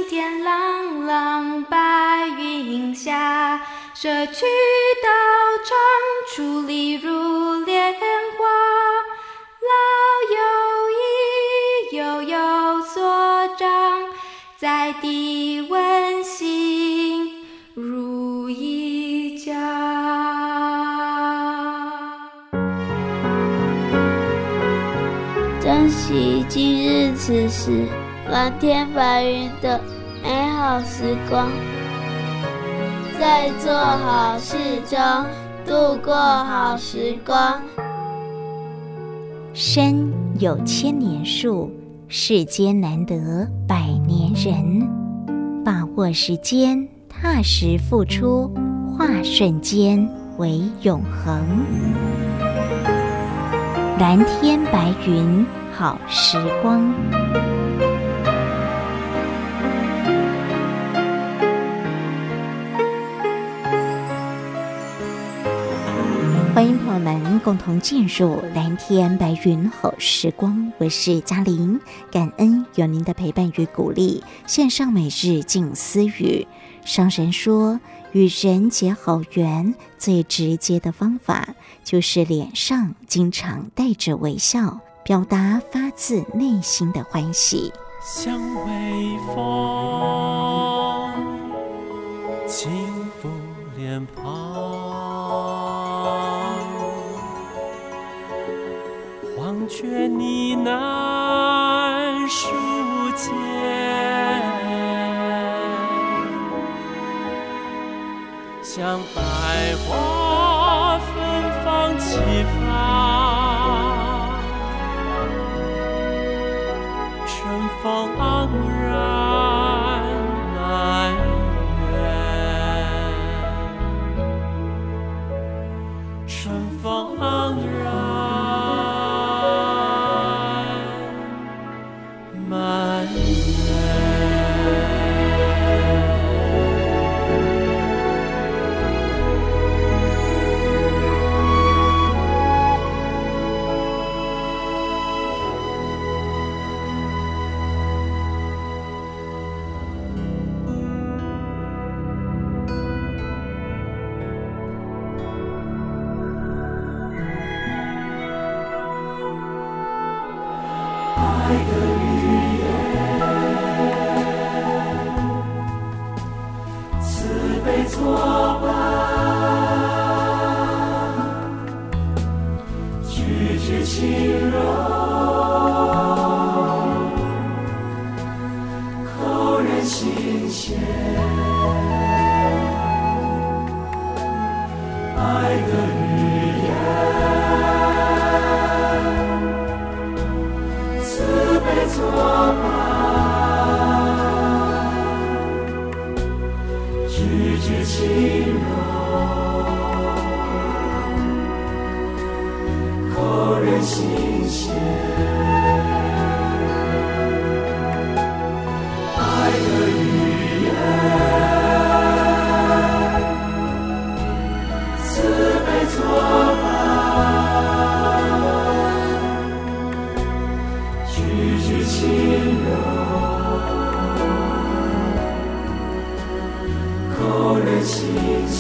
天朗朗白云下，社区道场矗立如莲花，老友谊悠有所长，在地温馨如一家。 珍惜今日此时，蓝天白云的美好时光，在做好事中度过好时光。 山有千年树，世间难得百年人。把握时间，踏实付出，化瞬间为永恒。蓝天白云好时光。欢迎朋友们共同进入蓝天白云好时光，我是嘉玲，感恩有您的陪伴与鼓励。线上每日静思语，商人说，与人结好缘最直接的方法，就是脸上经常带着微笑，表达发自内心的欢喜。 像微风轻拂脸庞，黄雀呢喃树间，像百花芬芳齐放，春风盎然满园，春风盎然满园。爱的语言，慈悲作伴，句句轻柔，口人心弦。爱的语言，作伴，句句轻柔，口人心弦。爱的语言，慈悲作伴，句句轻柔，口人心弦。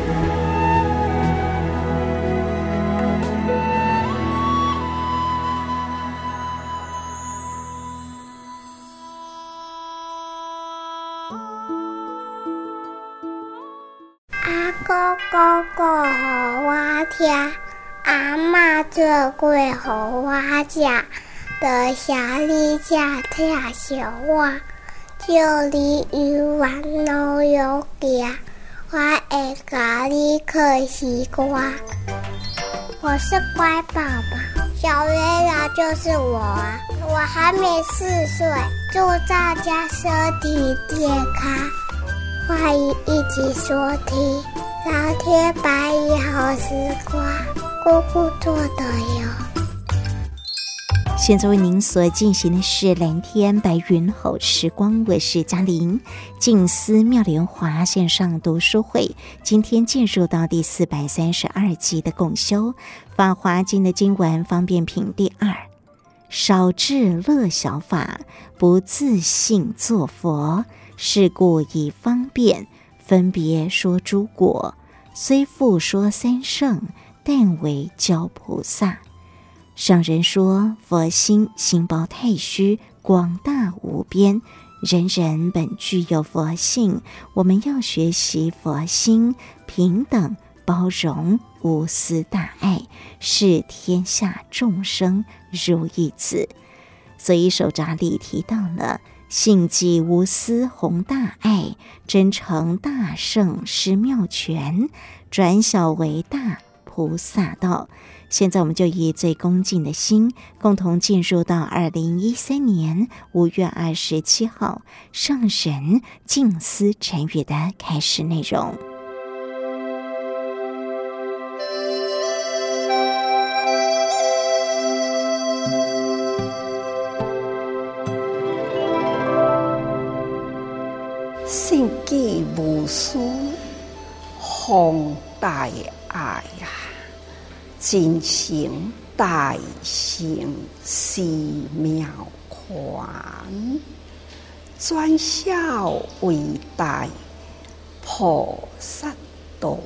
阿公公讲互我听，阿嬷做粿互我食，多谢你这疼惜我，叫你永远老有行，我会甲你可喜歌。我是乖宝宝，小月亮就是我啊，我还没4岁，祝大家身体健康。欢迎一起收听蓝天白云好时光，姑姑做的哟。 现在为您所进行的是蓝天白云好时光，我是嘉玲。静思妙莲华线上读书会，今天进入到第432集的共修法华经的经文方便品第2。 少智乐小法，不自性作佛。是故以方便分别说诸果，虽复说三圣，但为教菩萨。上人说，佛心心包太虚，广大无边，人人本具有佛性。我们要学习佛心，平等包容，无私大爱，视天下众生如一子。所以手札里提到了性寂无私弘大爱，真诚大圣施妙权，转小为大菩萨道。现在我们就以最恭敬的心，共同进入到2013年5月27号上人静思禅语的开始内容。 性寂无私弘大爱呀，真诚大圣施妙权，转小为大菩萨道。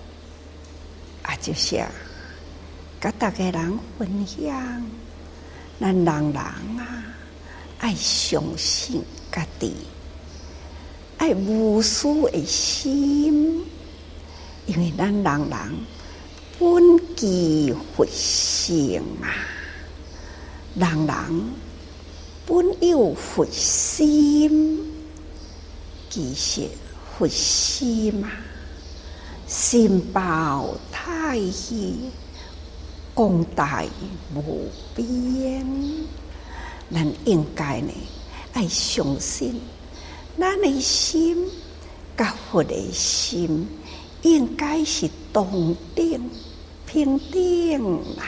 就是跟大家人分享，咱人爱相信家己，爱无私的心，因为咱人本具佛性人本有佛心，其实佛心心包太虚，广大无边。咱应该呢，爱相信，咱的心甲佛的心应该是同等平等啦。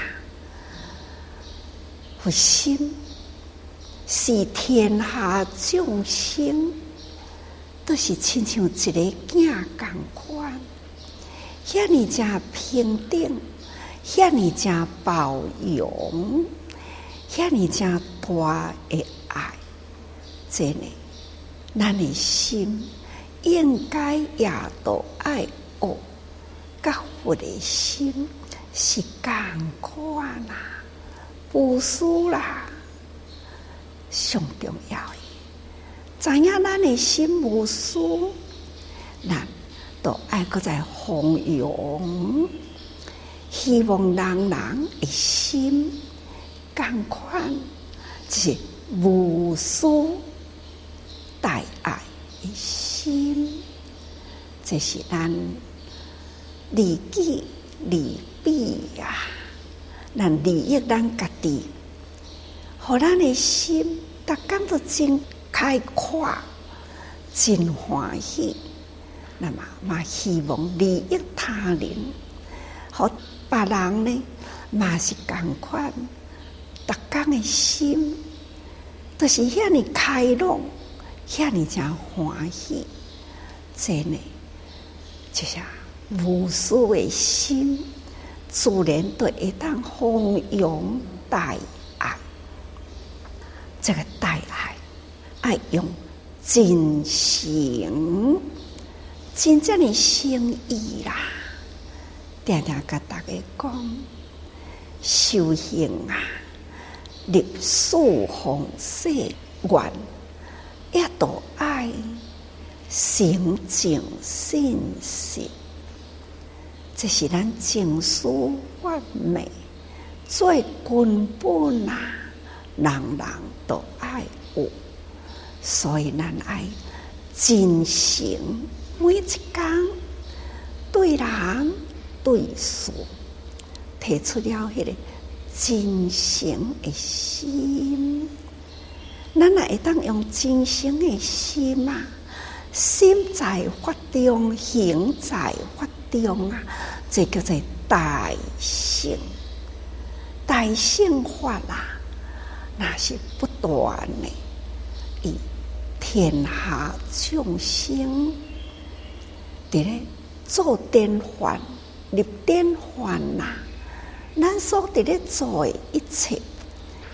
佛心是天下众生，都是亲像一个囝同款，遐尼正平等，遐尼正包容，遐尼正大的爱，真的，咱的心应该也都爱学，甲佛的心是同款啦，无私啦，上重要的。知影咱的心无私，咱都爱搁再弘扬，希望人的心同款，就是无私大爱的心。这是咱利己利彼咱利益咱家己，互咱的心逐天都真开阔，真欢喜。那么嘛希望利益他人，互别人呢嘛是同款，逐天的心都是遐尼开朗，遐尼真欢喜。真的就是无私的心，自然都会当弘扬大爱。这个大爱爱用真诚，真正的诚意啦。常常跟大家讲，修行立事奉誓愿，也都爱诚净信实，这是咱情思法美最根本人人都爱有。所以咱爱真诚，每一天对人对事提出了迄个真诚的心。咱也会当用真诚的心心在法中，行在法中这叫做大乘。大乘法那是不断的以天下众生伫咧做典范、立典范咱所伫咧做的一切，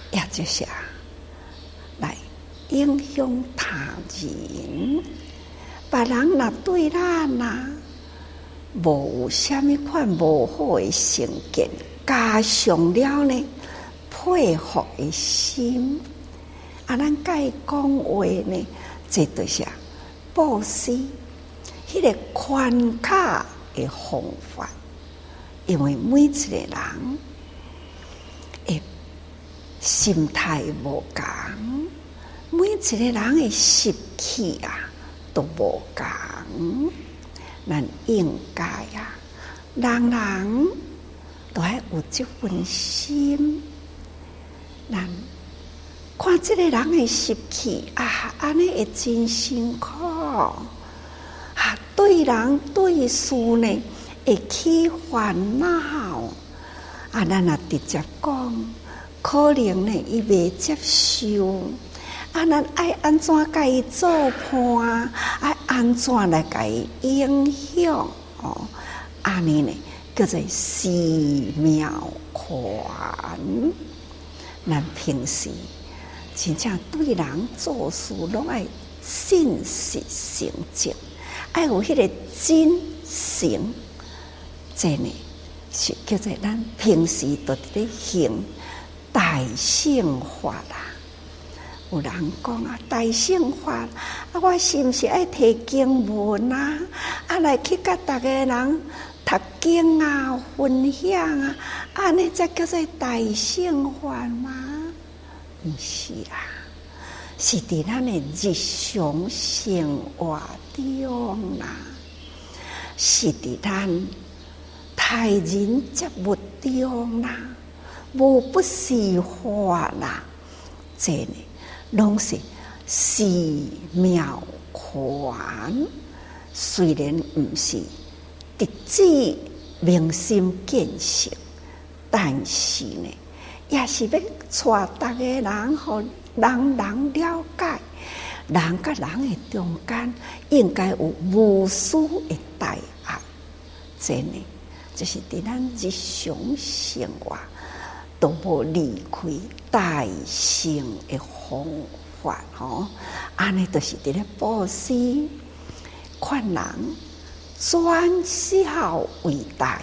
也就是来影响他人。别人若对咱无有啥物款无好的成见，加上了呢佩服的心，咱甲伊讲话呢，这就是布施，迄个宽卡的方法。因为每一个人的心态无同，每一个人的习气都无同。咱应该人人都要有这份心。咱看这个人的习气安尼会真辛苦对人对事呢会起烦恼咱也直接讲，可能呢伊未接受。咱爱安怎甲伊做伴，爱安怎来甲伊影响安尼呢叫做寺庙宽。咱平时真正对人做事拢爱信实诚正，爱有迄个真诚，这呢是叫做咱平时都伫咧行大乘法有人讲大乘法我是毋是爱摕经文来去甲逐个人读经分享安尼才叫做大乘法吗？毋是是伫咱的日常生活中是伫咱待人接物中无不是法这呢拢是寺庙宽。虽然毋是直指明心见性，但是呢也是要带逐个人互人了解，人甲人的中间应该有无私的大爱。这呢就是伫咱日常生活都无离开大乘的方法安尼就是伫咧布施，劝人专孝为大，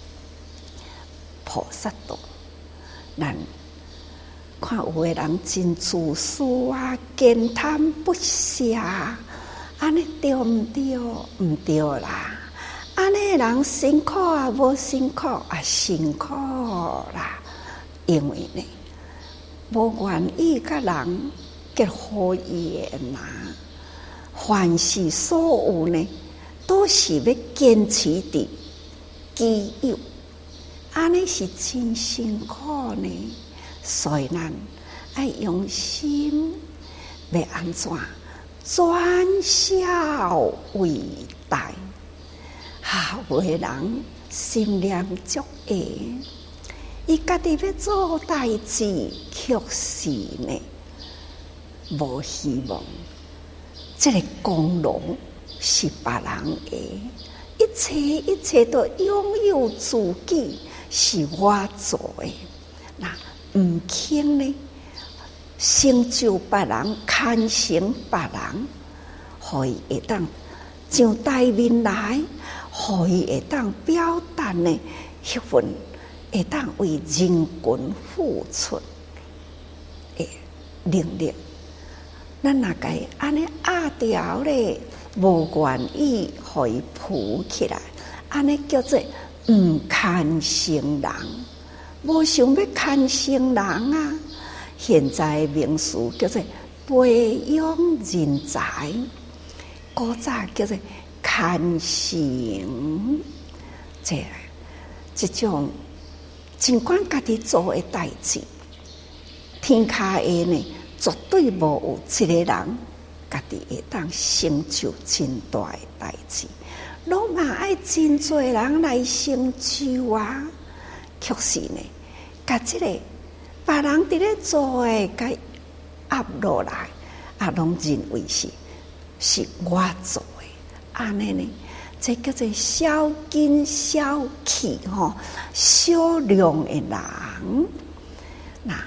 菩萨道。咱看有个人真自私奸贪不赦，安尼对毋对？毋对啦！安尼人辛苦无辛苦辛苦啦！因为呢，无愿意甲人结好缘凡是所有呢，都是要坚持伫己有，安尼是真辛苦呢。所以咱爱用心，要安怎专孝为大。有个人心念足下，伊家己要做代志，却是呢无希望。这个功劳是别人的，一切都拥有自己，是我做的。毋肯呢成就别人，牵成别人，互伊会当上台面来，互伊会当表达呢迄份会当为人群付出的能力。咱若甲伊安尼压掉咧，无愿意互伊浮起来，安尼叫做毋牵成人。无想要牵成人现在名词叫做培养人才，古早叫做牵成。这种尽管家己做的代志，天下的呢绝对无有一个人家己会当成就真大的代志，拢嘛爱真多人来成就确实呢，甲这个别人伫咧做诶，甲压落来拢认为是我做诶，安尼呢，这叫做小斤小气小量诶人。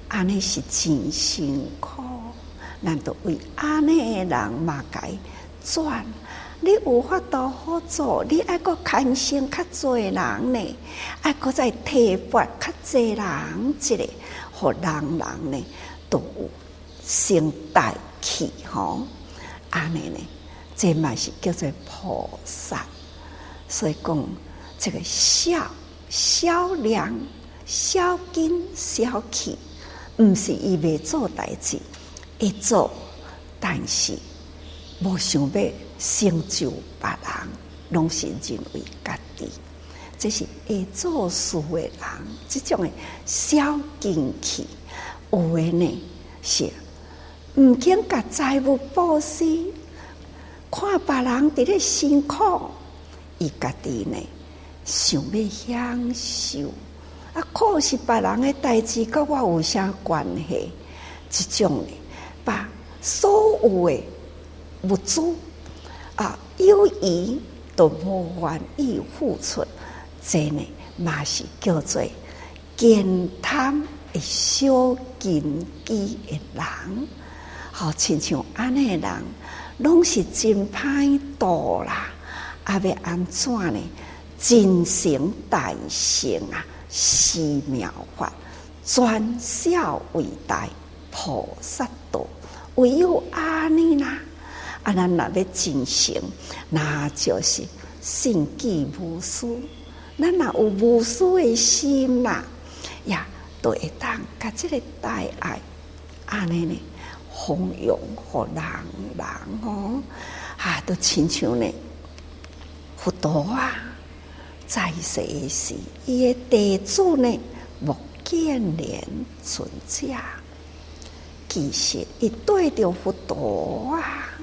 安尼是真辛苦，咱都为安尼的人嘛该转。你有法度好做，你爱阁牵生较侪人呢，爱阁再提拔较侪人一个，互人呢都有升大气吼。安尼呢，这嘛是叫做菩萨。所以讲，这个小量、小斤、小气，毋是伊袂做代志，会做，但是无想要成就别人，拢是认为家己。这是会做事的人，这种的小精气，有的呢是毋肯甲财物布施，看别人伫咧辛苦，伊家己呢想要享受，可是别人的代志甲我有啥关系？这种呢，把所有的物资有余都无愿意付出，这呢嘛是叫做健贪的小斤机的人。好，亲像安尼的人，拢是真歹度啦。要安怎呢？真成大成寺庙法，专小为大，菩萨道。唯有安尼啦。咱若要真成，那就是信己无私。咱若有无私的心啦，也都会当甲这个大爱，安尼呢，弘扬互人哦，都亲像呢，佛陀在世时，伊的弟子呢，目犍连尊者，其实伊对着佛陀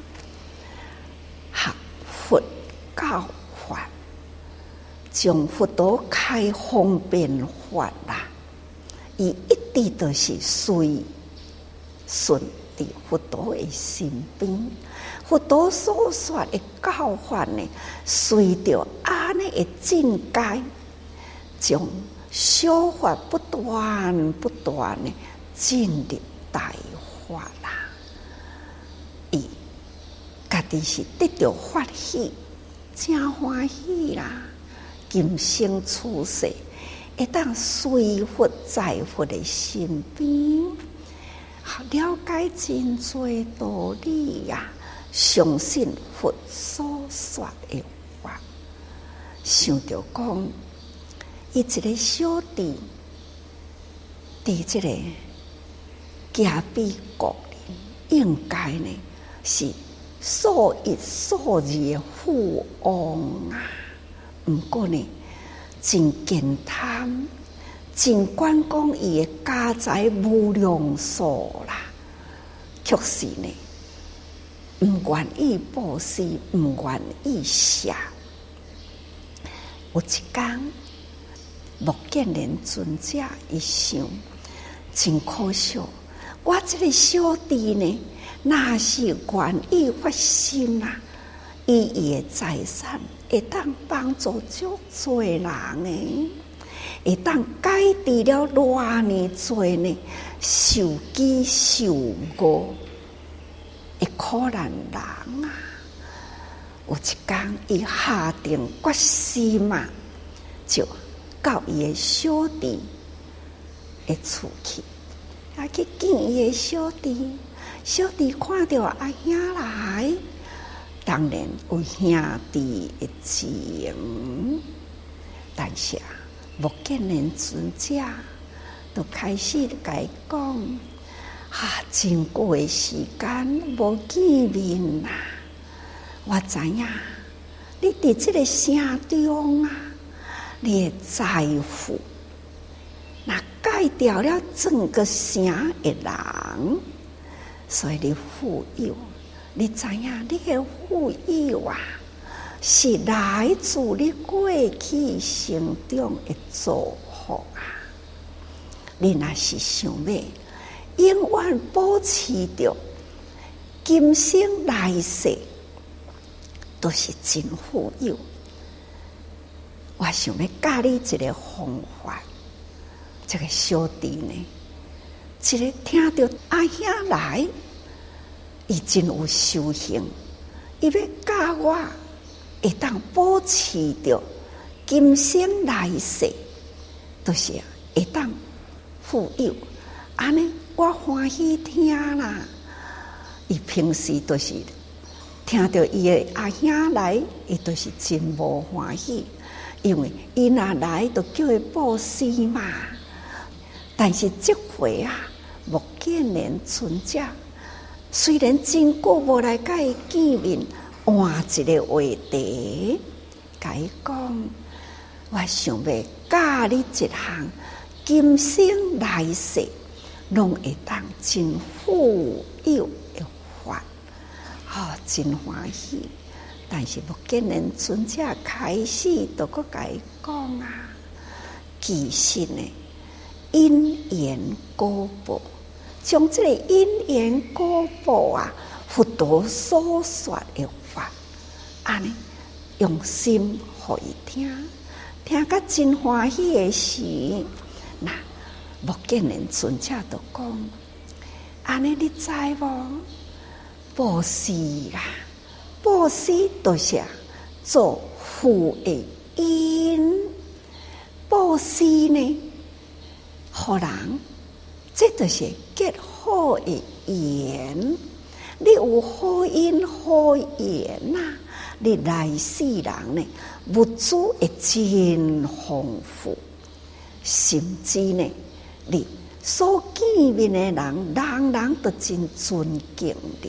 学佛教法，将佛陀开方便法啦，伊一直都是顺伫佛陀的身边。佛陀所说的教法呢，随着安尼的境界，将小法不断的进入大法啦。伊家己是得到法喜，真欢喜啦！今生出世，会当随佛在佛的身边，了解真多道理呀！相信佛所说的话，想着讲，伊一个小弟，伫这个加比国里，应该呢是数一数二的富翁毋过呢，真健贪，尽管讲伊的家财无量数啦，却是呢，毋愿意布施，毋愿意舍。有一天，目犍连尊者一想，真可笑，我这个小弟呢，若是愿意发心伊的财产会当帮助足多人的，会当解除了偌尼多呢受饥受饿的可怜人有一天，伊下定决心就到伊的小弟的厝去，去见伊的小弟。小弟看到阿兄来，当然有兄弟的情，但是目犍连尊者就开始甲伊讲：真久的时间无见面啦，我知影你伫这个城中你的财富那盖掉了整个城的人。所以你富有，你知影你的富有是来自你过去生中的祝福你若是想要永远保持着今生来世都是真富有，我想要教你一个方法。这个小弟呢， 一个听到阿兄来，伊真有修行，伊要教我会当保持着今生来世，就是会当富有。安尼我欢喜听啦。伊平时都是听到伊的阿兄来，伊都是真无欢喜，因为伊若来就叫伊布施嘛。但是这回啊，目犍连尊者虽然真久无来甲伊见面，换一个话题，甲伊讲：我想要教你一项今生来世拢会当真富有的法，真欢喜。但是目犍连尊者开始就搁甲伊讲啊，其实呢，因缘果报，将这个因缘果报啊，佛陀所说的法，安尼用心互伊听，听甲真欢喜的时，那目犍连尊者就讲：安尼你知无？布施啊，布施就是做富的因，布施呢，互人，这就是结好的缘。你有好因好缘呐，你来世人呢，物资会真丰富，甚至呢，你所见面的人，人人都真尊敬你。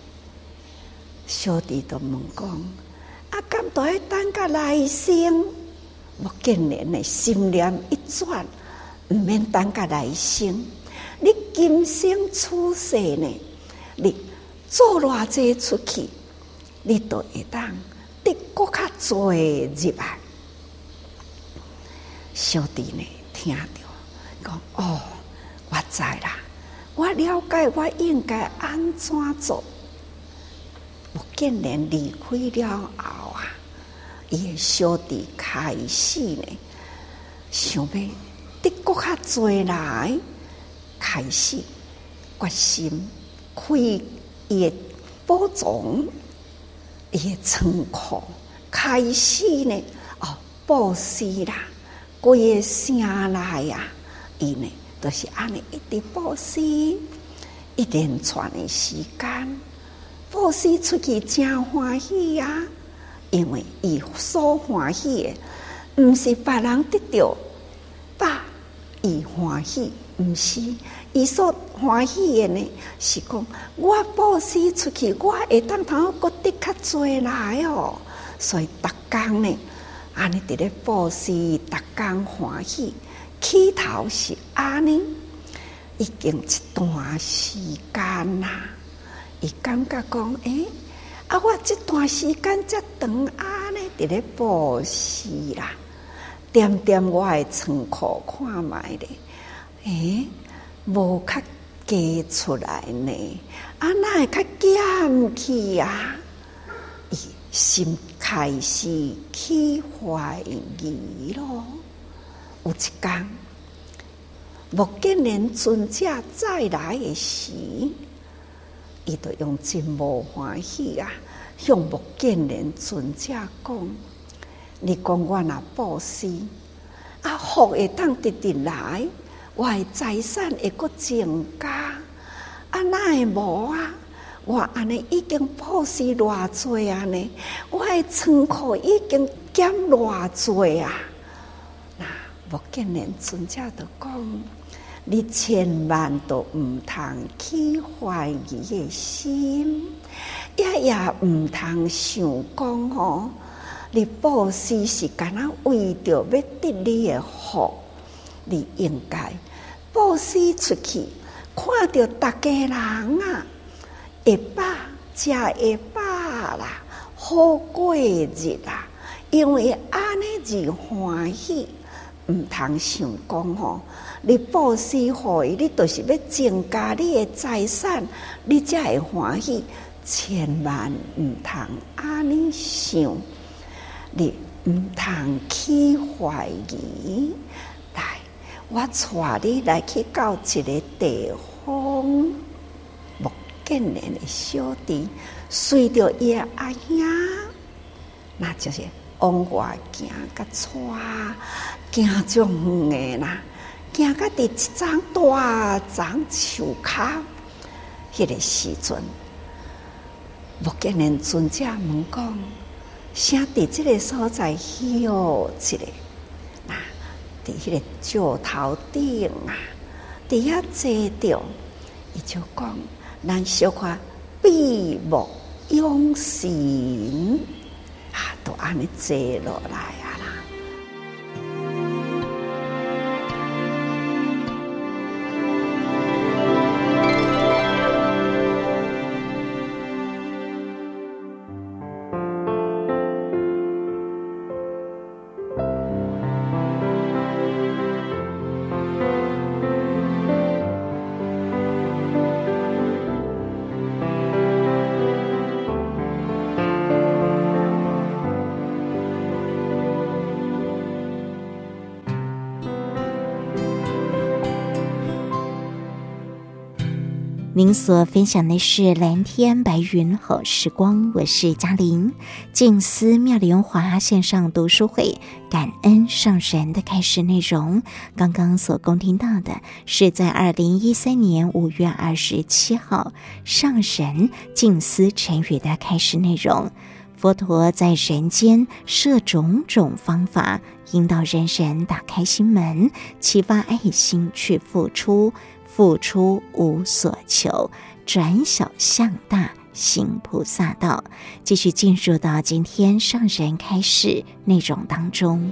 小弟就问讲：啊，敢都要等到来生？目犍连的心念一转，唔免等到来生。你今生出世呢，你做偌济出去，你都会当得搁较多入来。小弟呢听到讲：哦，我知啦，我了解我应该安怎做。目犍连离开了后啊，伊的小弟开始呢，想要得搁较多来，开始决心开伊的宝藏，伊的仓库，开始呢布施啦，规个城内啊，伊呢都是安尼一直布施，一连串的时间。布施出去真欢喜啊！因为伊所欢喜的，毋是别人得到，把伊欢喜，毋是伊所欢喜的呢，是讲我布施出去，我会当头搁得较多来哦。所以逐工呢，安尼伫咧布施，逐工欢喜，起头是安尼，已经一段时间啦。伊感觉讲，我这段时间遮长安尼伫咧布施啦，点点我的仓库看卖咧，无较加出来呢，哪会较减去啊？伊心开始起怀疑咯。有一天，目犍连尊者再来的时，伊就用真无欢喜啊，向目犍连尊者讲：你讲我若布施，福会当直直来，我的财产会搁增加，哪会无啊？我安尼已经布施偌济啊呢？我的仓库已经减偌济啊？那目犍连尊者就讲：你千万都唔通起怀疑的心，也唔通想讲你布施是干那为着要得你的福，你应该布施出去，看到大家人啊会饱，食会饱啦，好过日啦，因为安尼而欢喜。唔通想讲你布施互伊，你就是要增加你的财产，你才会欢喜。千万唔通安尼想，你唔通起怀疑。来， 我带你来去到一个地方，木建连的小弟，随着伊的阿兄，那就是往外行甲行足远的啦，行到第一丛大丛树骹，迄个时阵，木建连尊者问讲：啥伫即个所在休一个？那伫迄个石头顶啊，伫遐坐着，伊就讲：咱小可闭目养神啊，都安尼坐落来啊啦。 您所分享的是蓝天白云好时光，我是嘉玲。静思妙莲华线上读书会感恩上人的开示内容，刚刚所恭听到的是在2013年5月27号上人静思晨语的开示内容。佛陀在人间设种种方法，引导人人打开心门，启发爱心去付出，付出无所求，转小向大，行菩萨道。继续进入到今天上人开示内容当中。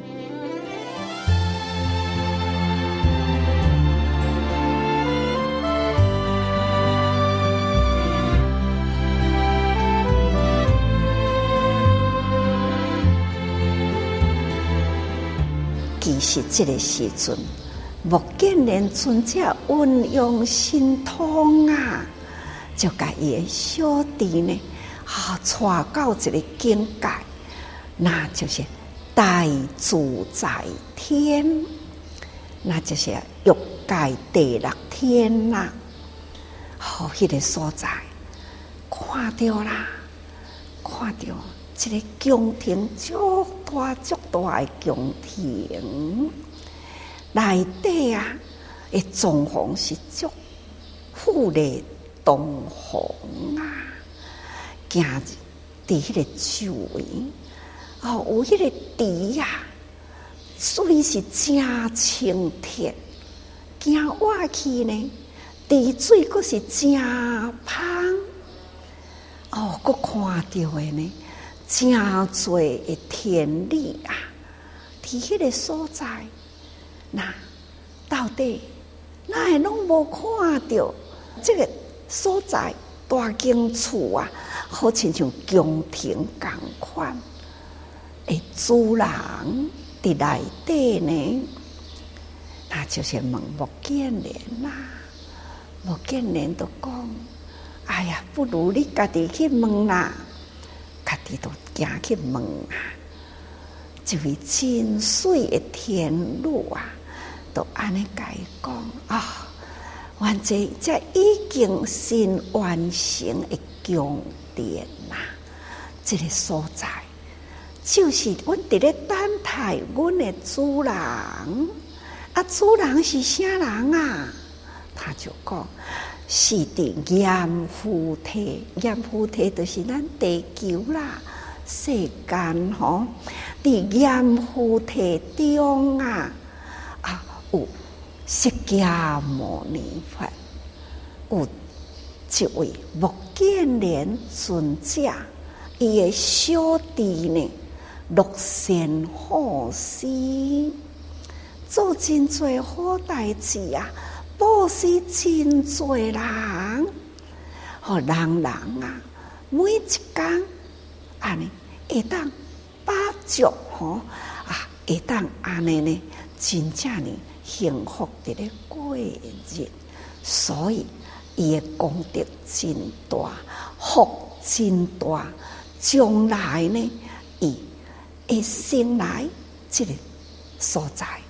其实这个时阵，木建连尊者运用神通啊，就把伊的小弟呢，带到一个境界，那就是大自在天，那就是欲界第6天啦。迄个所在，看到啦，看到一个宫廷足大的宫廷。内底啊，的装潢是足富丽堂皇啊，行伫迄个周围，有迄个池啊，水是真清澈，行wat去呢，池水佫是真芳，佫看到的呢，真多的天理啊，伫迄个所在。那到底哪会拢无看到这个所在大景厝啊？好亲像宫廷共款，诶，主人伫内底呢，那就是问木建连啦。木建连都讲：哎呀，不如你家己去问啦，家己都行去问啊。这位真水的天路啊！都安尼甲伊讲原这已经新完成的宫殿啦，这个所在就是阮伫咧等待阮的主人主人是啥人啊？他就讲是伫阎浮提，阎浮提就是咱地球啦，世间吼，伫阎浮提中啊。有释迦牟尼佛，有一位木建连尊者，伊的小弟呢，乐善好施，做真多好代志啊，布施真多人，人啊，每一天安尼会当把足会当安尼呢，真正呢。幸福伫咧过日，所以伊的功德真大，福真大。将来呢，伊会先来这个所在，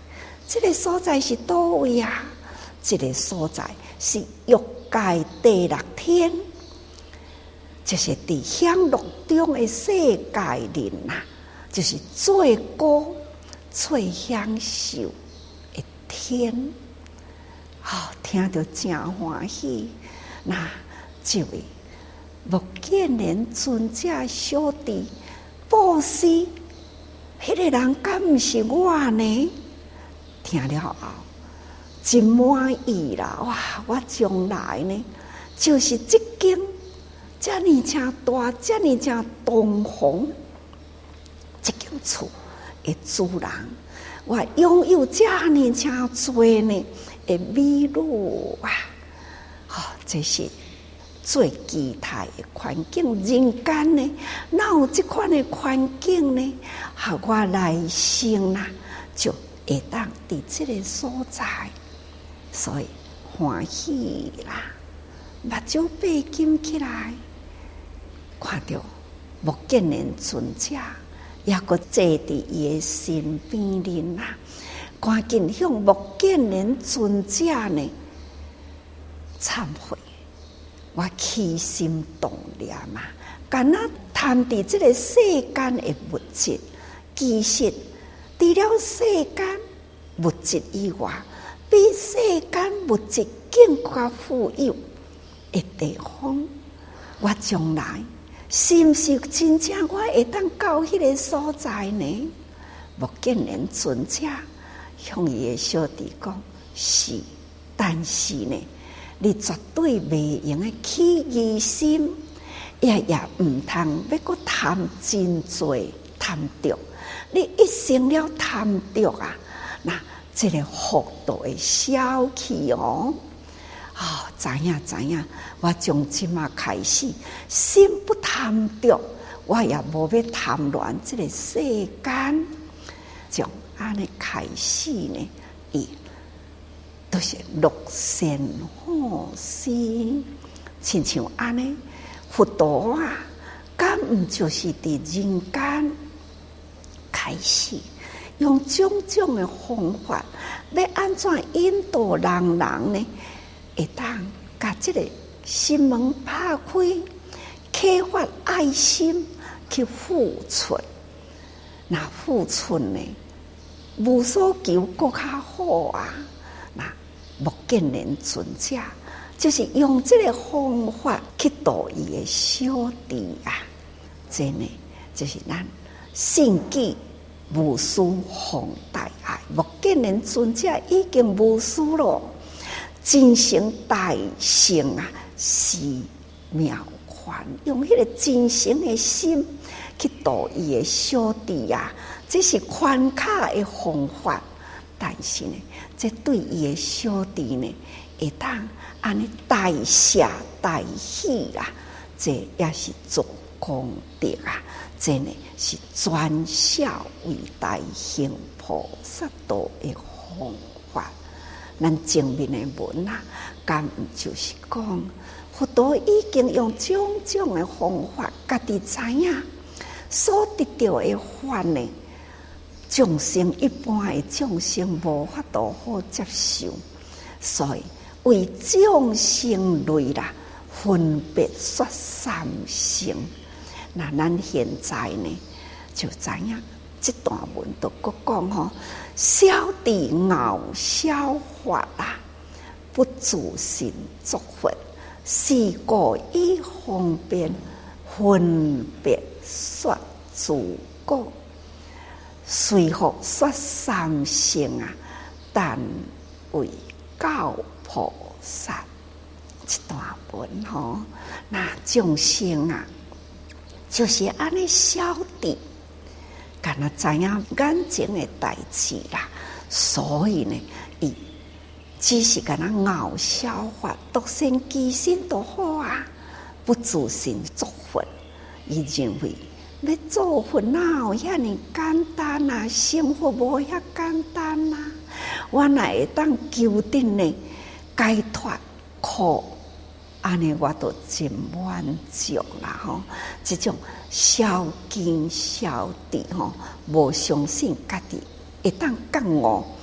这个所在是倒位啊？这个所在是欲界第六天，就是伫享乐中的世界人啊，就是最高最享受的天。听着真欢喜。那这位目犍连尊者小弟布施，迄个人敢毋是我呢？听了后真满意啦！哇，我将来呢，就是这间遮尔正大、遮尔正东方这间厝的主人，我拥有遮尔正多呢的美女啊！这是最期待的环境。人间呢，哪有这款的环境呢？我来生啦，就会当伫这个所在，所以欢喜啦，目睭闭紧起来，看到目犍连尊者，也阁坐伫伊的身边人啦，赶紧向目犍连尊者呢忏悔。我起心动念嘛，敢若贪伫这个世间的物质，其实除了世间物质以外，比世间物质更加富有的地方，我将来是毋是真正我会当到迄个所在呢？目犍连尊者向伊的小弟讲：是，但是呢，你绝对袂用的起疑心，也毋通要搁贪真多贪着。你一生了贪着啊，那这个福都会消去哦。知影，我从即马开始，心不贪着，我也无要贪恋这个世间。从安尼开始呢，伊都是乐善好施，亲像安尼佛陀啊，敢毋就是伫人间开始用种种的方法，要安怎引导人呢？会当甲这个心门拍开，启发爱心去付出。那付出呢，无所求，更较好啊！那目犍连尊者就是用这个方法去度伊的小弟啊！这呢，就是咱信己无私奉大爱。目犍连尊者已经无私了。真诚大圣啊，是妙款，用迄个真诚的心去度伊的小弟啊，这是宽卡的方法。但是呢，这对伊的小弟呢，会当安尼大谢大喜啊，这也是做功德啊，这呢是专效为大行菩萨道的方法。咱前面的文啊，敢毋就是讲，佛陀已经用种种的方法，家己知影所得到的法呢，众生一般的众生无法度好接受，所以为众生类啦，分别说三乘。那咱现在呢，就知影这段文都搁讲吼。小弟傲小法啊，不自信作佛，是故以方便分别说诸果，随后说三乘啊，但为教菩萨。这段文吼，那众生啊，就是安尼小弟。敢若知影眼前的代志啦，所以呢，伊只是敢若傲小法，独善其身就好啊，不自信作佛。伊认为要做佛哪有遐尼简单啊？生活无遐简单啊！我哪会当求得呢？解脱苦，安尼我都真满足啦吼！这种小根小弟吼，无相信家己会当觉悟，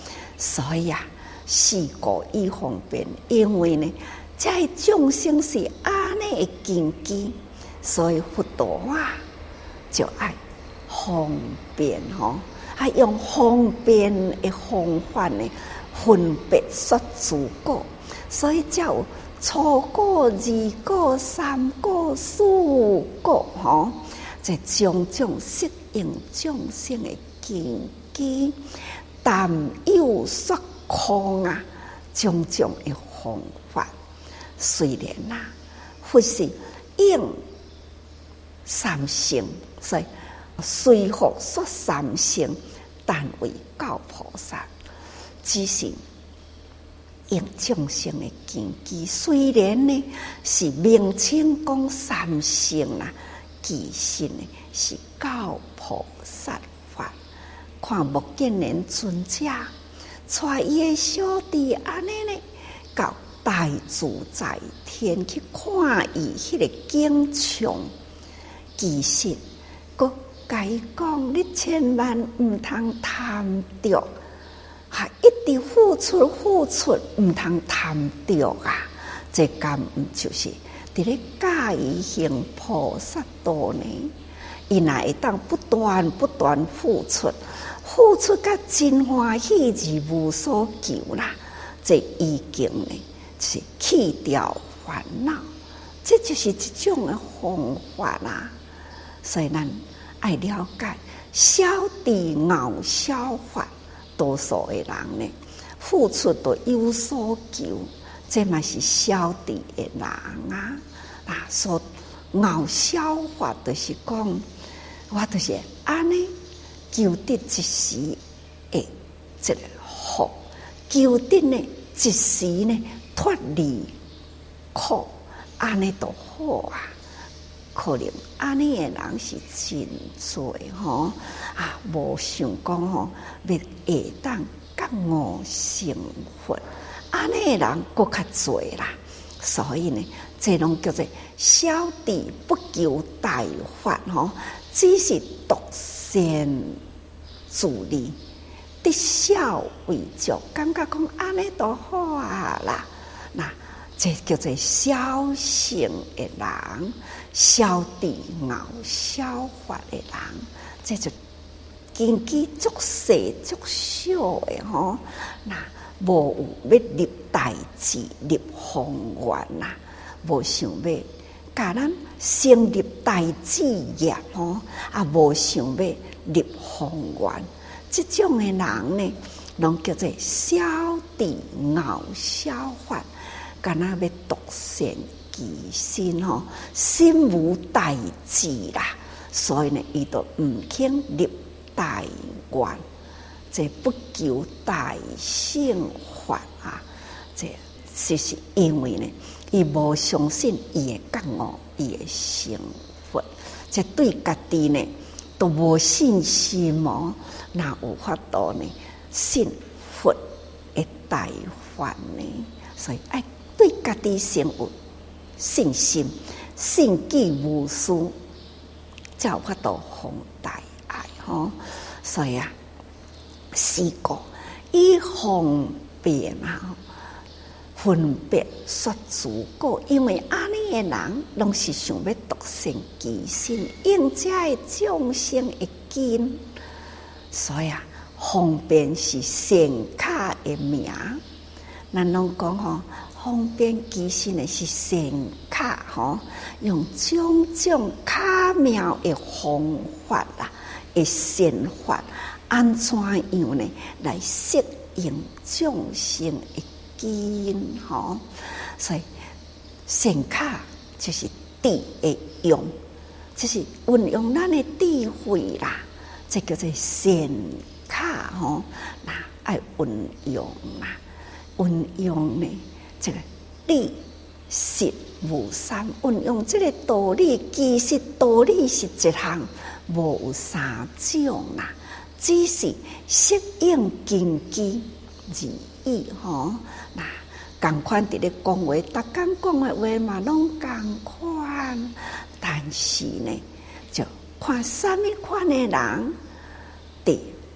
所以啊，四顾以方便，因为呢，这众生是安尼的根基，所以佛陀啊，就爱方便用方便的方法呢，分别说诸果，所以才有初果、二果、三果、四果这种种适应众生的根基，但有说空啊，种种的方法。虽然佛是应三乘，所以随佛说三乘，但为教菩萨，只是应众生的根基。虽然呢是名称讲三乘啦，其实呢是教菩萨法。看目犍连尊者带伊的小弟安尼呢，到大自在天去看伊迄个景象，其实佮甲伊讲，你千万毋通贪着，一直付出，毋通贪着啊！这敢毋就是伫咧教伊行菩萨道呢？伊若会当不断付出甲真欢喜而无所求啦，这已经呢是去掉烦恼，这就是一种的方法啦。所以咱爱了解小弟傲小法，多数的人呢付出都有所求，这嘛是小弟的人啊。所傲小法就是讲，我就是安尼求得一时的这个福，求得呢一时呢脱离苦，安尼都好啊。可能安尼的人是真多无想讲要下当觉悟成佛，安尼的人更较多啦。所以呢，这拢叫做小弟不求大法只是独善自利，得小为足，感觉讲安尼都好啊啦。这叫做小乘的人，小弟傲小法的人，这就根基足细足小的无有要立大志、立宏愿无想要甲咱成立大志业无想要立宏愿，这种的人呢，拢叫做小弟傲小法。敢若要独善其身心无大志啦，所以呢，伊都毋肯立大愿，这不求大乘法这是因为呢，伊无相信伊会觉悟，伊会成佛，这对家己呢都无信心哪有法度呢信佛的大法呢？所以爱对家己先有信心，信己无私，才有法度弘大爱所以四顾以方便分别说诸果，因为安尼的人拢是想要独善其身，应这的众生的根，所以方便是善巧的名。咱拢讲方便其身的是善巧用种种巧妙的方法的善法，安怎样呢来适应众生的根所以善巧就是智的用，就是运用咱的智慧啦，这叫做善巧爱运用运用呢这个理实无三，运用这个道理，其实道理是一项，无有三种只是适应根基而已同款伫咧讲话，逐工讲的话嘛拢同款，但是呢，就看什么款的人伫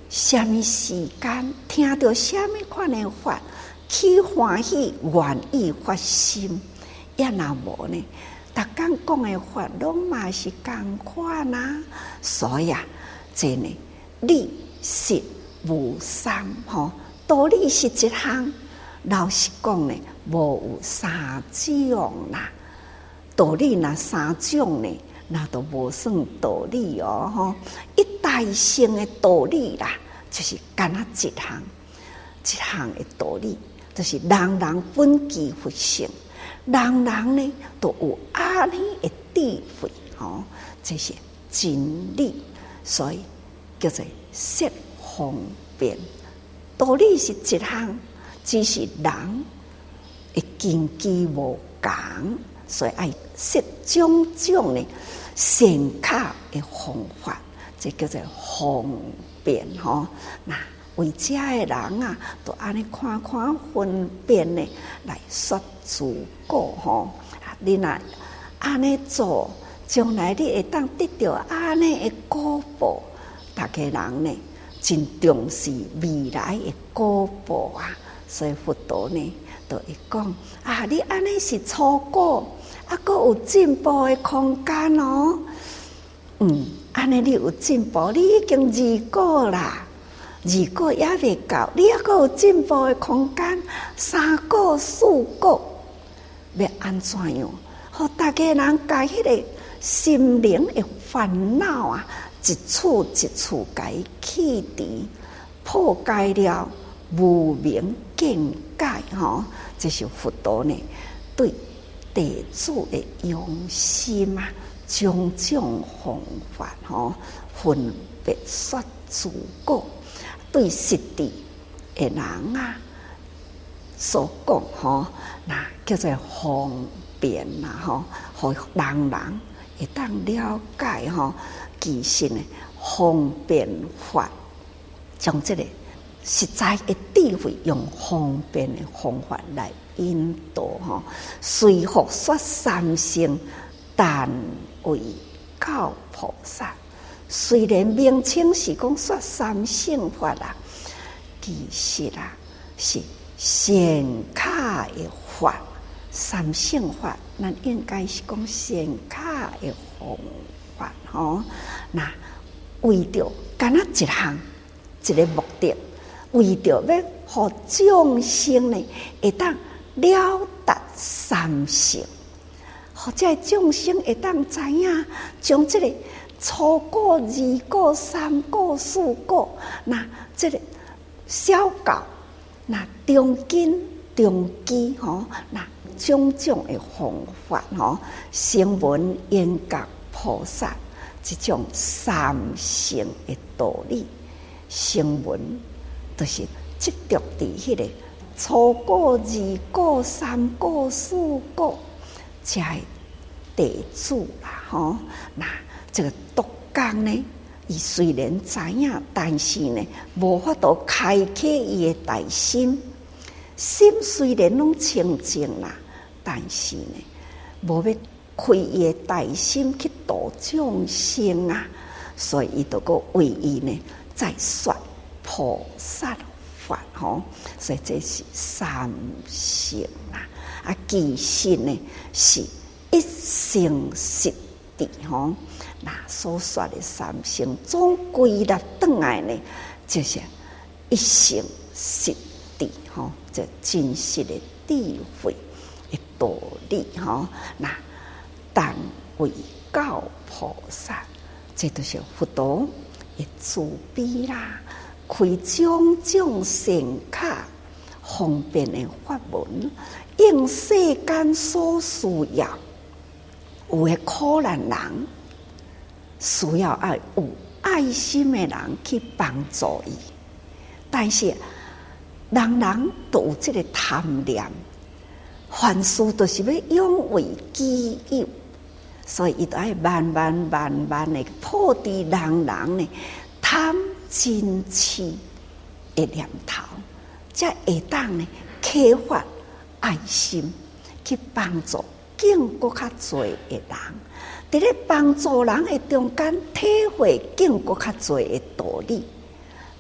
什么时间听到什么款的法，起欢喜愿意发心，也若无呢？逐工讲的法拢嘛是共款啊，所以啊，这呢理实无三吼，道理是一项，老实讲呢，无有三种啦。道理若三种呢，那都无算道理哦吼。一大乘的道理啦，就是干那一项的道理，就是人人本具佛性。人人呢都有安尼的智慧，吼，这是真理，所以叫做色方便。道理是一项，只是人的根基无同，所以爱设种种的善巧的方法，这叫做方便吼。那为遮的人啊，都安尼看分辨呢，来说自果吼。你若安尼做，将来你会当得到安尼的果报。大家人呢，真重视未来的果报啊，所以佛陀呢，都会讲啊，你安尼是初果，啊，阁有进步的空间哦。安尼你有进步，你已经2果啦。2果也未够，你还阁有进步的空间。3果、4果，要安怎样？互大家人甲迄个心灵的烦恼啊，一处一处甲伊去除，破解了无明见解吼。这是佛陀呢对弟子的用心啊，种种方法吼，分别说自果。对实地的人啊所讲吼，那叫做方便啦吼，互人会当了解吼。其实呢，方便法将这个实在的智慧，用方便的方法来引导吼。随佛说三乘，但为教菩萨。虽然名称是讲说三乘法啦，其实啦是善巧的法。三乘法，咱应该是讲善巧的方法吼。那为着干那一项一个目的，为着要互众生呢会当了达三乘，互这众生会当知影将这个初果、2果、3果、4果，那这个小教，那中根、中基吼，那种种的方法吼，声闻缘觉菩萨这种三乘的道理，声闻就是执着伫迄个初果、2果、3果、4果，才地主啦吼，那。这个独工呢，伊虽然知影，但是呢，无法度开启伊的大心。心虽然拢清净啦，但是呢，无要开伊的大心去度众生啊，所以伊就个为伊呢，再说菩萨法吼。所以这是三乘啦，啊，其实呢是一乘实地吼。那所说的三乘总归纳转来呢，就是一乘实地吼，这真实的智慧的道理吼。那但为教菩萨，这都是佛陀的慈悲啦，开种种善巧方便的法门，应世间所需要。有的苦难人。需要有爱心的人去帮助伊，但是人人都有这个贪念，凡事都是要拥为己有，所以伊都爱慢的破除人人呢贪嗔痴的念头，才会当呢启发爱心去帮助更搁较多的人。伫咧帮助人的中间，体会更搁较侪的道理，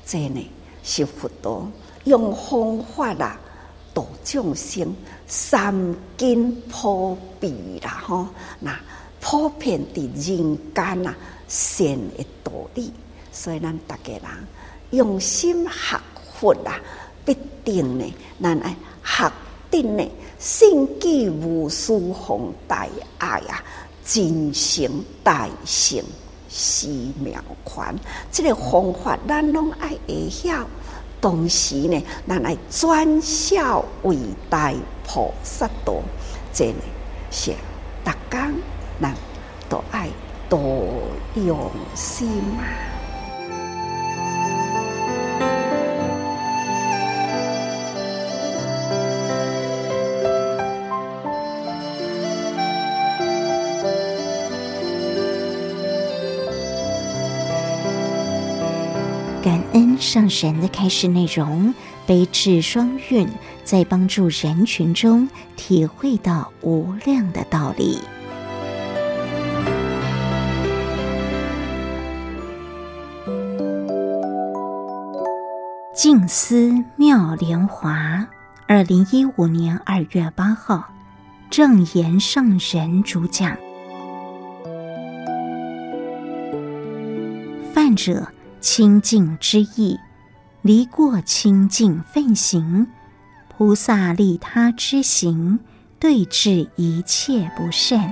这呢是佛陀用方法啦，度众生，三经普遍啦，那普遍伫人间啊善的道理，所以咱大家人用心学佛啊，必定呢，咱爱学定呢，圣具无私奉大爱啊，真诚大乘是妙权。这个方法咱拢爱会晓，同时呢，咱爱转孝为大菩萨道，这呢是逐工咱都爱多用心啊。 感恩上人的开示内容，悲智双运，在帮助人群中体会到无量的道理。静思妙莲华，2015年2月8号，正言上人主讲。犯者清净之意，离过清净分行，菩萨利他之行，对治一切不善。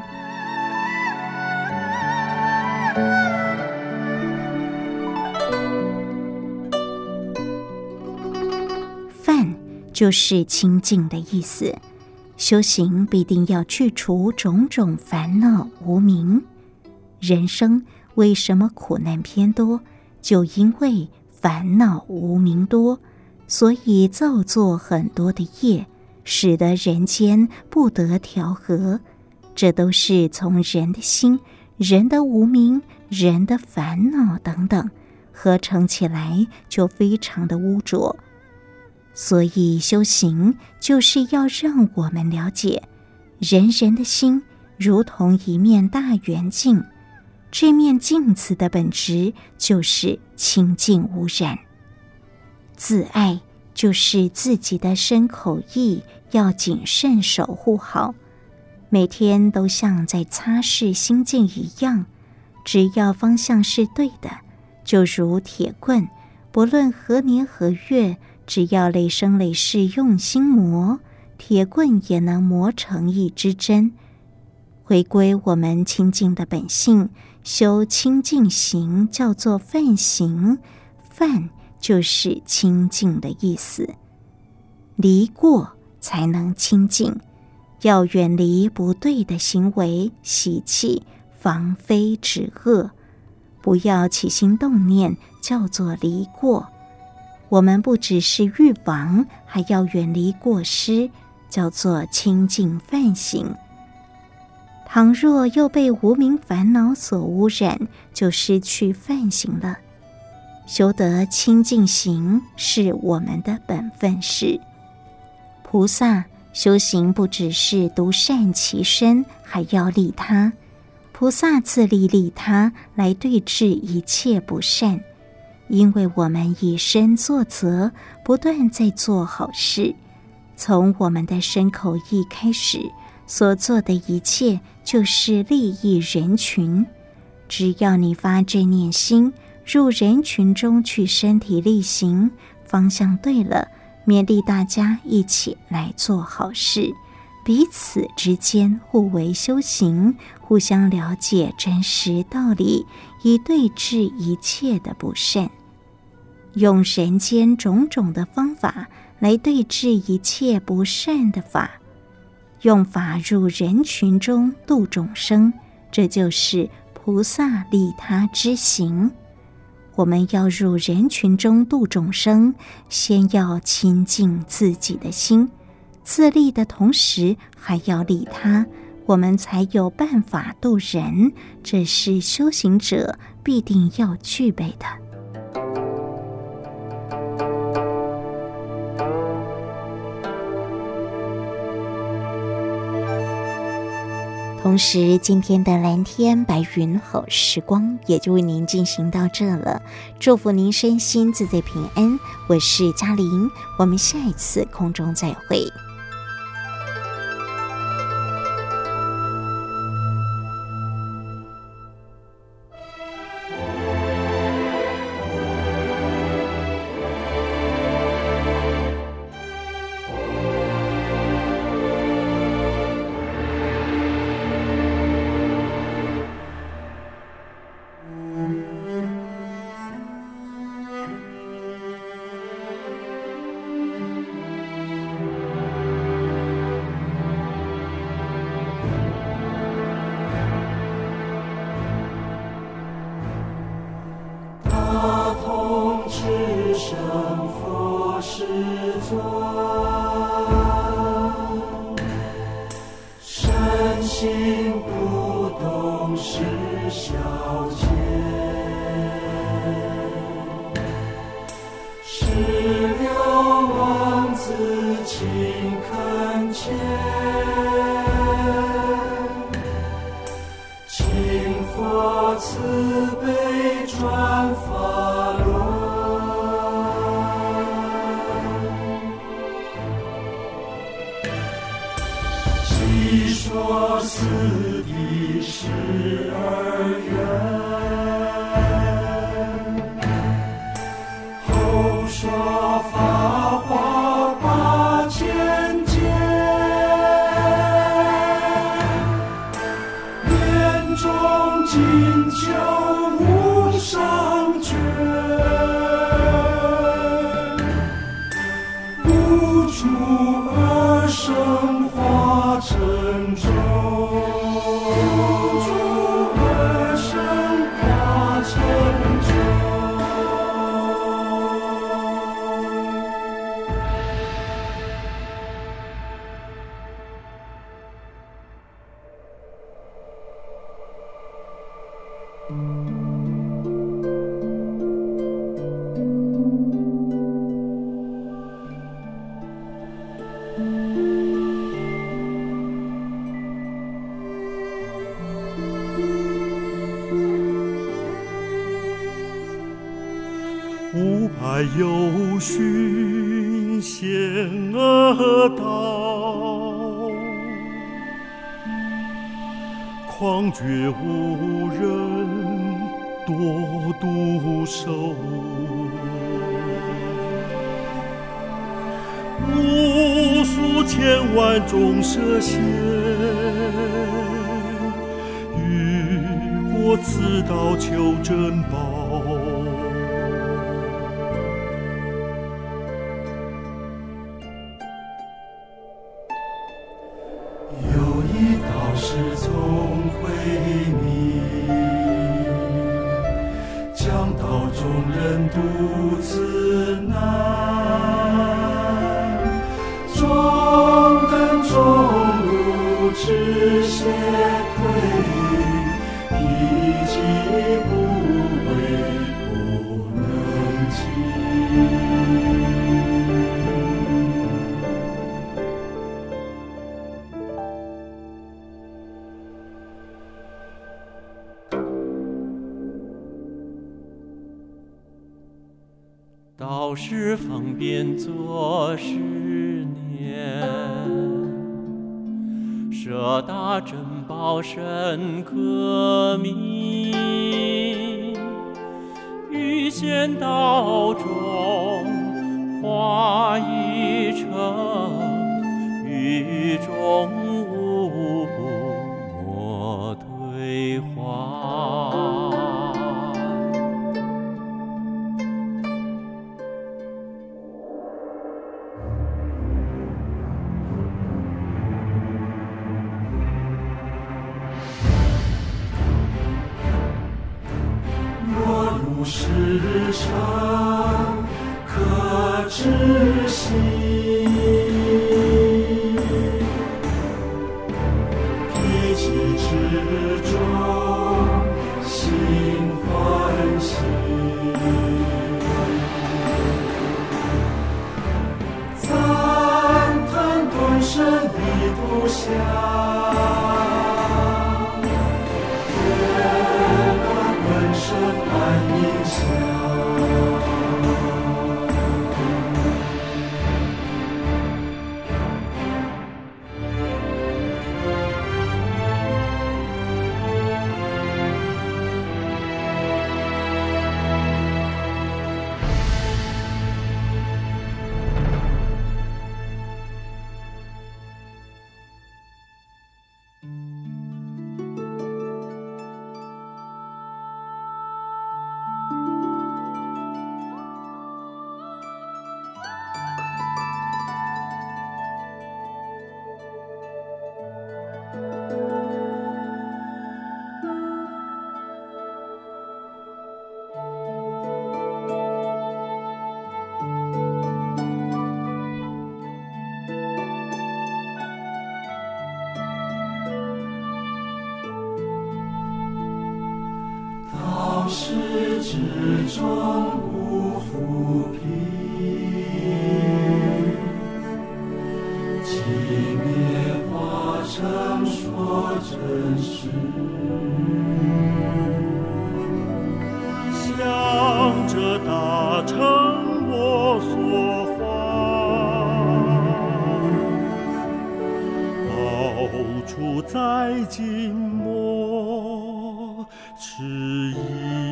犯就是清净的意思，修行必定要去除种种烦恼无明。人生为什么苦难偏多？就因为烦恼无明多，所以造作很多的业，使得人间不得调和。这都是从人的心、人的无明、人的烦恼等等合成起来，就非常的污浊。所以修行就是要让我们了解，人人的心如同一面大圆镜，这面镜子的本质就是清净无染。自爱就是自己的身口意要谨慎守护好，每天都像在擦拭心镜一样，只要方向是对的，就如铁棍，不论何年何月，只要累生累世用心磨，铁棍也能磨成一支针。回归我们清净的本性，修清净行叫做梵行，梵就是清净的意思。离过才能清净，要远离不对的行为习气，防非止恶，不要起心动念，叫做离过。我们不只是预防，还要远离过失，叫做清净梵行。倘若又被无明烦恼所污染，就失去梵行了。修得清净行是我们的本分事。菩萨修行不只是独善其身，还要利他。菩萨自利利他，来对治一切不善。因为我们以身作则，不断在做好事，从我们的身口意开始，所做的一切就是利益人群。只要你发这念心，入人群中去身体力行，方向对了，勉励大家一起来做好事，彼此之间互为修行，互相了解真实道理，以对治一切的不善。用人间种种的方法来对治一切不善的法，用法入人群中度众生，这就是菩萨利他之行。我们要入人群中度众生，先要清净自己的心，自利的同时还要利他，我们才有办法度人，这是修行者必定要具备的。 同时，今天的蓝天白云好时光也就为您进行到这了。祝福您身心自在平安。我是嘉玲，我们下一次空中再会。 五百有寻险恶道，狂绝无人多独守，无数千万众涉险，欲过此道求珍宝。 独自难，壮胆中路止血退，一击不为不能及。 道是方便做10年，舍大珍宝深刻铭，于仙道中化一城，于中无莫退还。 世上可知悉，披棘之中心欢喜，赞叹顿生一度下。 名下。世之中无浮萍，寂灭化成说真实。 向着达成我所画，报出在今末迟疑。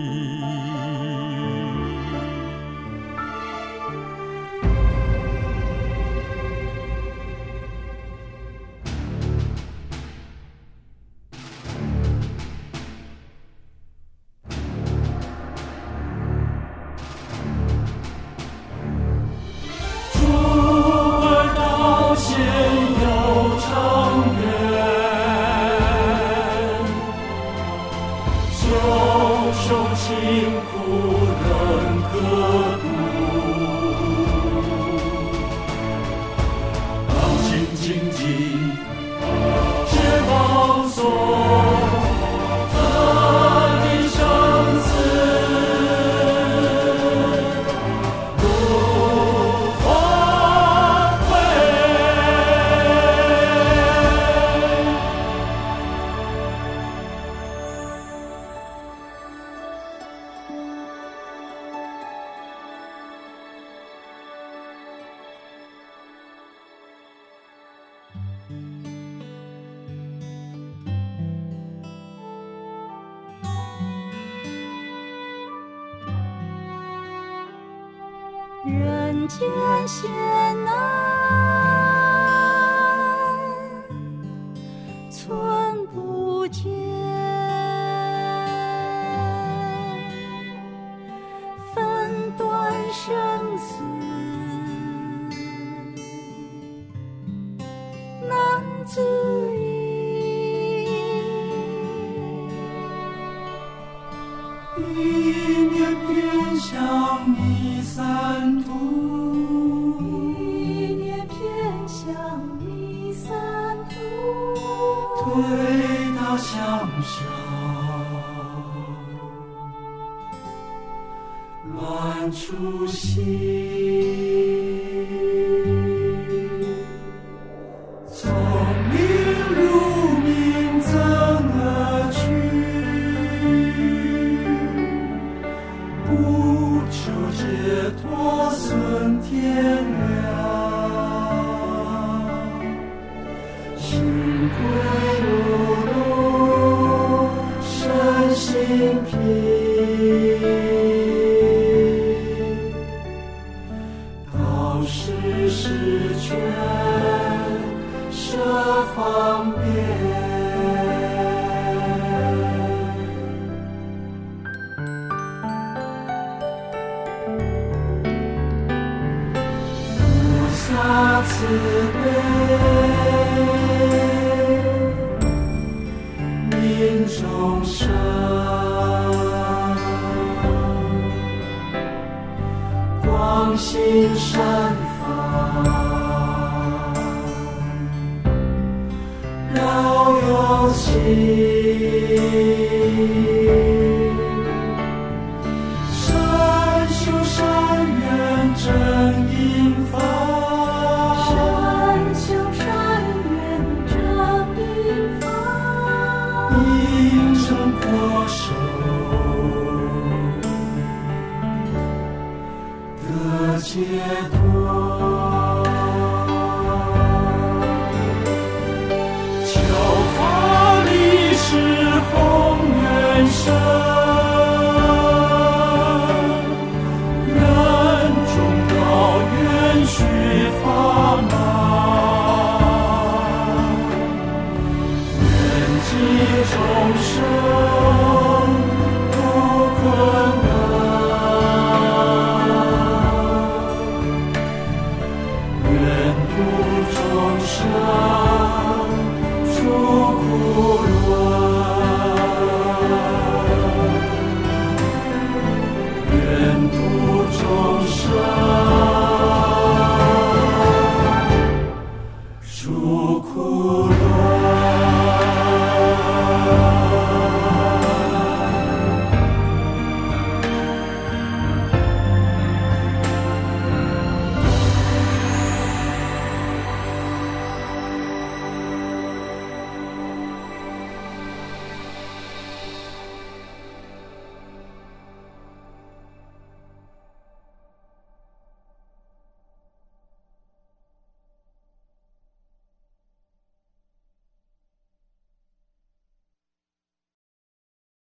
人间险难存不见，分断生死难自已， 一念偏向弥散途， 一念偏向弥散途， 推它向上，乱初心。慈悲，悯众生，光心善法，饶有情，善修善愿真因法。应成果手， 解脱。求法力是宏远神，人中道远须法难，愿济众生不困难，愿度众生出苦轮，愿度众生